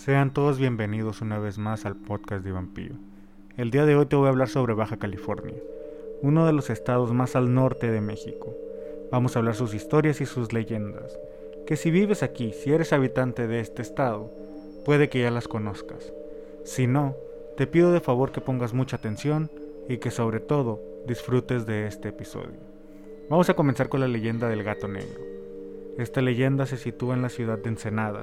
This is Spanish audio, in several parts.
Sean todos bienvenidos una vez más al podcast de Iván Pío. El día de hoy te voy a hablar sobre Baja California, uno de los estados más al norte de México. Vamos a hablar sus historias y sus leyendas, que si vives aquí, si eres habitante de este estado, puede que ya las conozcas. Si no, te pido de favor que pongas mucha atención y que sobre todo disfrutes de este episodio. Vamos a comenzar con la leyenda del gato negro. Esta leyenda se sitúa en la ciudad de Ensenada,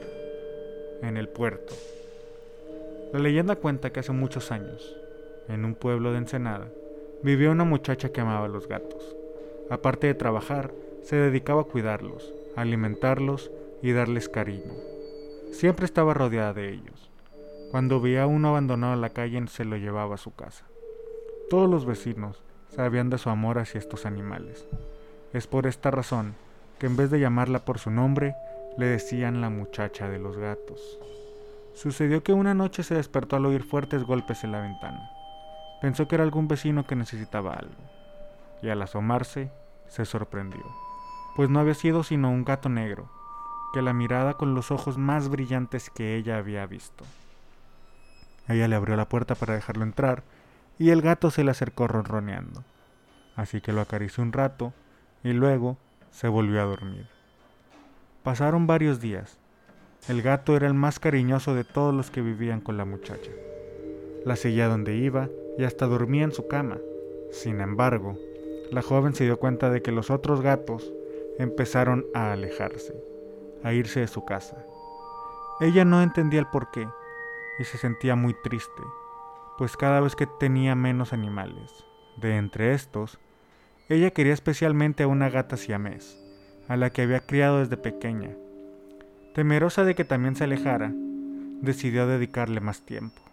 en el puerto. La leyenda cuenta que hace muchos años, en un pueblo de Ensenada, vivía una muchacha que amaba a los gatos. Aparte de trabajar, se dedicaba a cuidarlos, a alimentarlos y darles cariño. Siempre estaba rodeada de ellos. Cuando veía a uno abandonado en la calle, se lo llevaba a su casa. Todos los vecinos sabían de su amor hacia estos animales. Es por esta razón que en vez de llamarla por su nombre, le decían la muchacha de los gatos. Sucedió que una noche se despertó al oír fuertes golpes en la ventana. Pensó que era algún vecino que necesitaba algo, y al asomarse, se sorprendió, pues no había sido sino un gato negro, que la miraba con los ojos más brillantes que ella había visto. Ella le abrió la puerta para dejarlo entrar, y el gato se le acercó ronroneando, así que lo acarició un rato, y luego se volvió a dormir. Pasaron varios días. El gato era el más cariñoso de todos los que vivían con la muchacha. La seguía donde iba y hasta dormía en su cama. Sin embargo, la joven se dio cuenta de que los otros gatos empezaron a alejarse, a irse de su casa. Ella no entendía el porqué y se sentía muy triste, pues cada vez que tenía menos animales. De entre estos, ella quería especialmente a una gata siamés, a la que había criado desde pequeña. Temerosa de que también se alejara, decidió dedicarle más tiempo.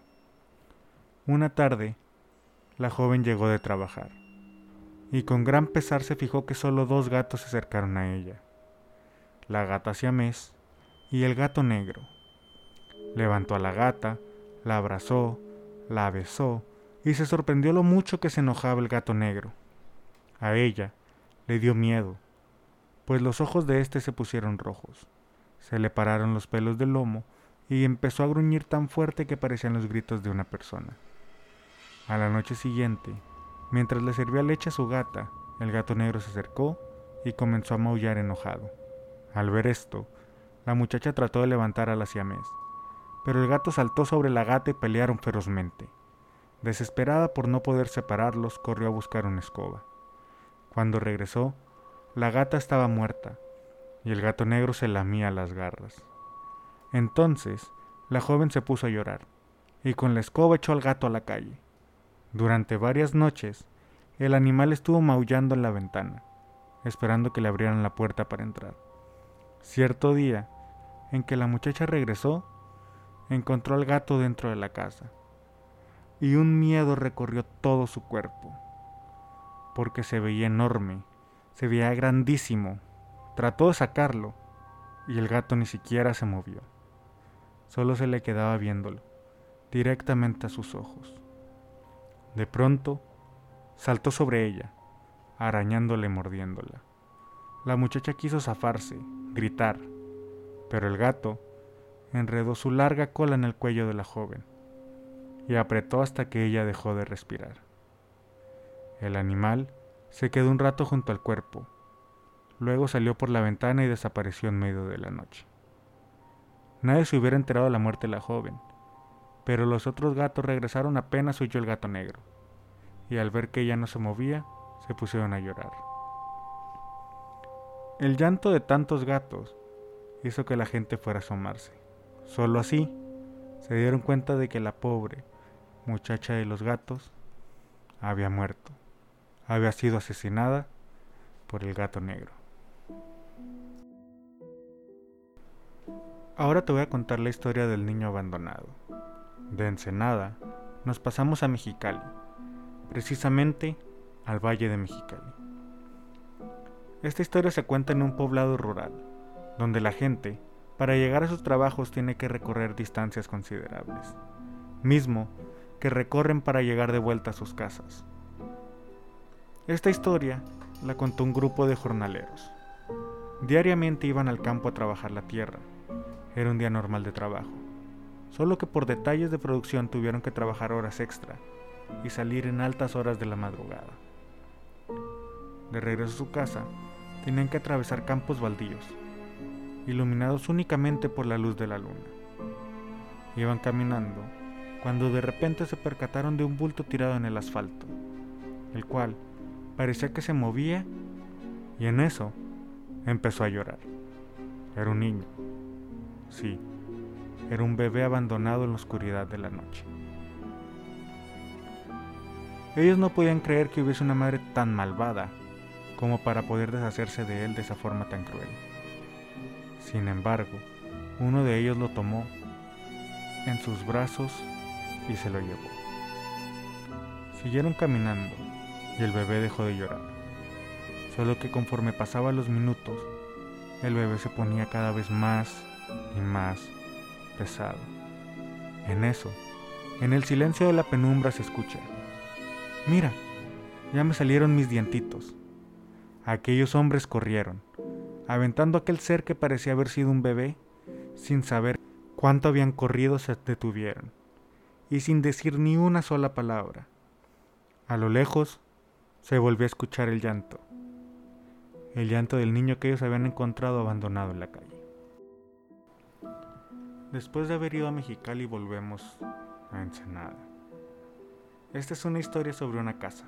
Una tarde, la joven llegó de trabajar, y con gran pesar se fijó que solo dos gatos se acercaron a ella, la gata siamés y el gato negro. Levantó a la gata, la abrazó, la besó, y se sorprendió lo mucho que se enojaba el gato negro. A ella le dio miedo, pues los ojos de éste se pusieron rojos, se le pararon los pelos del lomo y empezó a gruñir tan fuerte que parecían los gritos de una persona. A la noche siguiente, mientras le servía leche a su gata, el gato negro se acercó y comenzó a maullar enojado. Al ver esto, la muchacha trató de levantar a la siamés, pero el gato saltó sobre la gata y pelearon ferozmente. Desesperada por no poder separarlos, corrió a buscar una escoba. Cuando regresó, la gata estaba muerta, y el gato negro se lamía las garras. Entonces, la joven se puso a llorar, y con la escoba echó al gato a la calle. Durante varias noches, el animal estuvo maullando en la ventana, esperando que le abrieran la puerta para entrar. Cierto día, en que la muchacha regresó, encontró al gato dentro de la casa, y un miedo recorrió todo su cuerpo, porque se veía enorme, se veía grandísimo. Trató de sacarlo, y el gato ni siquiera se movió. Solo se le quedaba viéndolo, directamente a sus ojos. De pronto, saltó sobre ella, arañándola y mordiéndola. La muchacha quiso zafarse, gritar, pero el gato enredó su larga cola en el cuello de la joven y apretó hasta que ella dejó de respirar. El animal se quedó un rato junto al cuerpo. Luego salió por la ventana y desapareció en medio de la noche. Nadie se hubiera enterado de la muerte de la joven, pero los otros gatos regresaron apenas huyó el gato negro, y al ver que ella no se movía, se pusieron a llorar. El llanto de tantos gatos hizo que la gente fuera a asomarse. Solo así se dieron cuenta de que la pobre muchacha de los gatos había muerto, había sido asesinada por el gato negro. Ahora te voy a contar la historia del niño abandonado. De Ensenada nos pasamos a Mexicali, precisamente al Valle de Mexicali. Esta historia se cuenta en un poblado rural, donde la gente, para llegar a sus trabajos, tiene que recorrer distancias considerables, mismo que recorren para llegar de vuelta a sus casas. Esta historia la contó un grupo de jornaleros. Diariamente iban al campo a trabajar la tierra. Era un día normal de trabajo. solo que por detalles de producción tuvieron que trabajar horas extra y salir en altas horas de la madrugada. De regreso a su casa, tenían que atravesar campos baldíos, iluminados únicamente por la luz de la luna. Iban caminando, cuando de repente se percataron de un bulto tirado en el asfalto, el cual parecía que se movía, y en eso empezó a llorar. Era un niño. Sí, era un bebé abandonado en la oscuridad de la noche. Ellos no podían creer que hubiese una madre tan malvada como para poder deshacerse de él de esa forma tan cruel. Sin embargo, uno de ellos lo tomó en sus brazos y se lo llevó. Siguieron caminando y el bebé dejó de llorar. Solo que conforme pasaban los minutos, el bebé se ponía cada vez más y más pesado. En eso, en el silencio de la penumbra se escucha: «Mira, ya me salieron mis dientitos». Aquellos hombres corrieron, aventando a aquel ser que parecía haber sido un bebé. Sin saber cuánto habían corrido, se detuvieron, y sin decir ni una sola palabra. A lo lejos se volvió a escuchar el llanto del niño que ellos habían encontrado abandonado en la calle. Después de haber ido a Mexicali, volvemos a Ensenada. Esta es una historia sobre una casa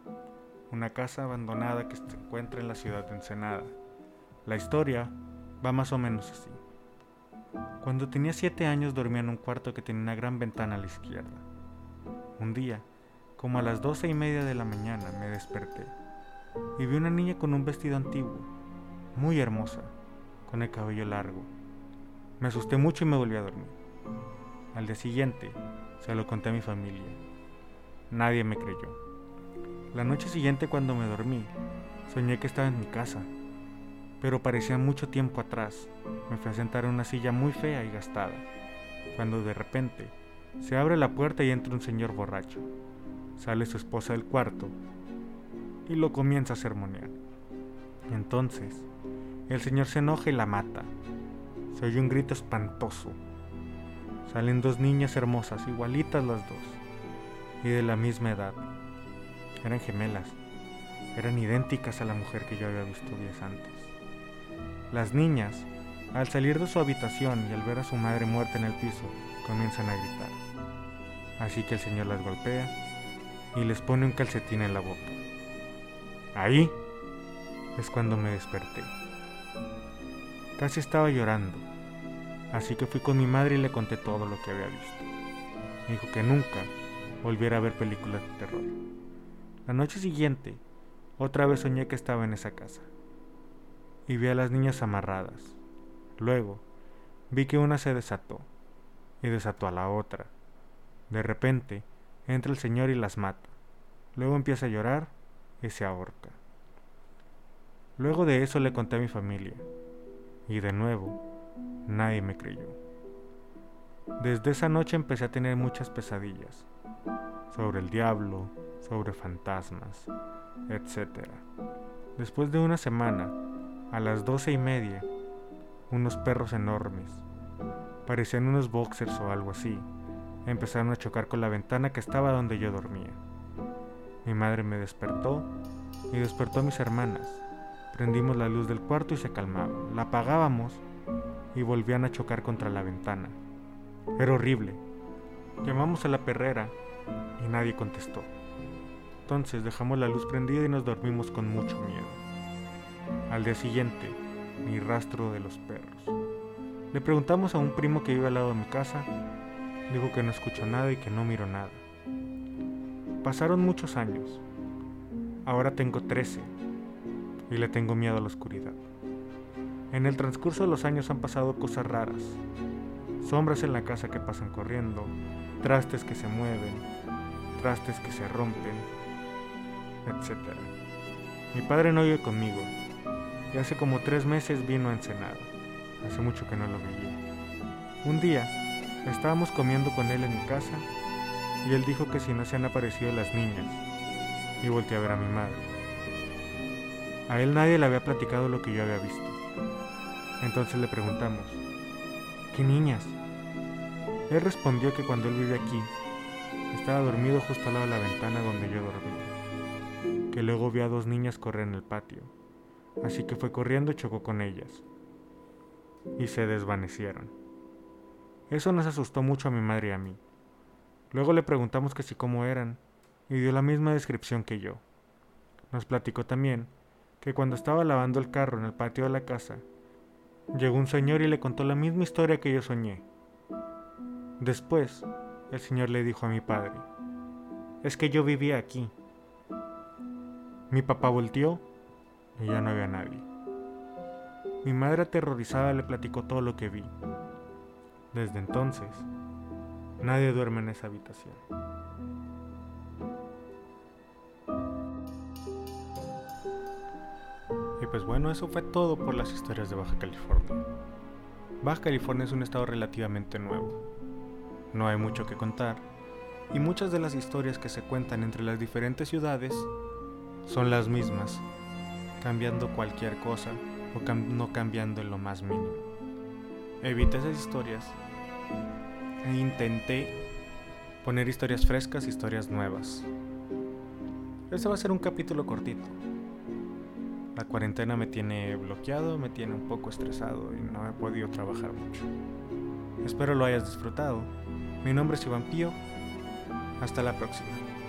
abandonada que se encuentra en la ciudad de Ensenada. La historia va más o menos así. Cuando tenía 7 años dormía en un cuarto que tenía una gran ventana a la izquierda. Un día, como a las 12:30 de la mañana, me desperté y vi una niña con un vestido antiguo, muy hermosa, con el cabello largo. Me asusté mucho y me volví a dormir. Al día siguiente, se lo conté a mi familia. Nadie me creyó. La noche siguiente, cuando me dormí, soñé que estaba en mi casa, pero parecía mucho tiempo atrás. Me fui a sentar en una silla muy fea y gastada, cuando de repente se abre la puerta y entra un señor borracho. Sale su esposa del cuarto y lo comienza a sermonear. Entonces, el señor se enoja y la mata. Se oye un grito espantoso. Salen 2 niñas hermosas, igualitas las dos, y de la misma edad. Eran gemelas, eran idénticas a la mujer que yo había visto días antes. Las niñas, al salir de su habitación y al ver a su madre muerta en el piso, comienzan a gritar. Así que el señor las golpea y les pone un calcetín en la boca. Ahí es cuando me desperté. Casi estaba llorando, así que fui con mi madre y le conté todo lo que había visto. Me dijo que nunca volviera a ver películas de terror. La noche siguiente, otra vez soñé que estaba en esa casa y vi a las niñas amarradas. Luego, vi que una se desató y desató a la otra. De repente, entra el señor y las mata. Luego empieza a llorar y se ahorca. Luego de eso le conté a mi familia y de nuevo, nadie me creyó. Desde esa noche empecé a tener muchas pesadillas sobre el diablo, sobre fantasmas, etc. Después de una semana, a las 12:30, unos perros enormes, parecían unos boxers o algo así, empezaron a chocar con la ventana que estaba donde yo dormía. Mi madre me despertó y despertó a mis hermanas. Prendimos la luz del cuarto y se calmaban. La apagábamos y volvían a chocar contra la ventana. Era horrible. Llamamos a la perrera y nadie contestó. Entonces dejamos la luz prendida y nos dormimos con mucho miedo. Al día siguiente, ni rastro de los perros. Le preguntamos a un primo que vive al lado de mi casa. Dijo que no escuchó nada y que no miró nada. Pasaron muchos años. Ahora tengo 13 y le tengo miedo a la oscuridad. En el transcurso de los años han pasado cosas raras. Sombras en la casa que pasan corriendo, trastes que se mueven, trastes que se rompen, etc. Mi padre no vive conmigo y hace como 3 meses vino a Ensenada. Hace mucho que no lo veía. Un día estábamos comiendo con él en mi casa y él dijo que si no se han aparecido las niñas, y volteé a ver a mi madre. A él nadie le había platicado lo que yo había visto. Entonces le preguntamos: ¿qué niñas? Él respondió que cuando él vive aquí, estaba dormido justo al lado de la ventana donde yo dormía, que luego vio a 2 niñas correr en el patio, así que fue corriendo y chocó con ellas, y se desvanecieron. Eso nos asustó mucho a mi madre y a mí. Luego le preguntamos que si cómo eran, y dio la misma descripción que yo. Nos platicó también que cuando estaba lavando el carro en el patio de la casa, llegó un señor y le contó la misma historia que yo soñé. Después, el señor le dijo a mi padre: es que yo vivía aquí. Mi papá volteó y ya no había nadie. Mi madre aterrorizada le platicó todo lo que vi. Desde entonces, nadie duerme en esa habitación. Y pues bueno, eso fue todo por las historias de Baja California. Baja California es un estado relativamente nuevo. No hay mucho que contar, y muchas de las historias que se cuentan entre las diferentes ciudades son las mismas, cambiando cualquier cosa o no cambiando en lo más mínimo. Evité esas historias e intenté poner historias frescas, historias nuevas. Este va a ser un capítulo cortito. La cuarentena me tiene bloqueado, me tiene un poco estresado y no he podido trabajar mucho. Espero lo hayas disfrutado. Mi nombre es Iván Pío. Hasta la próxima.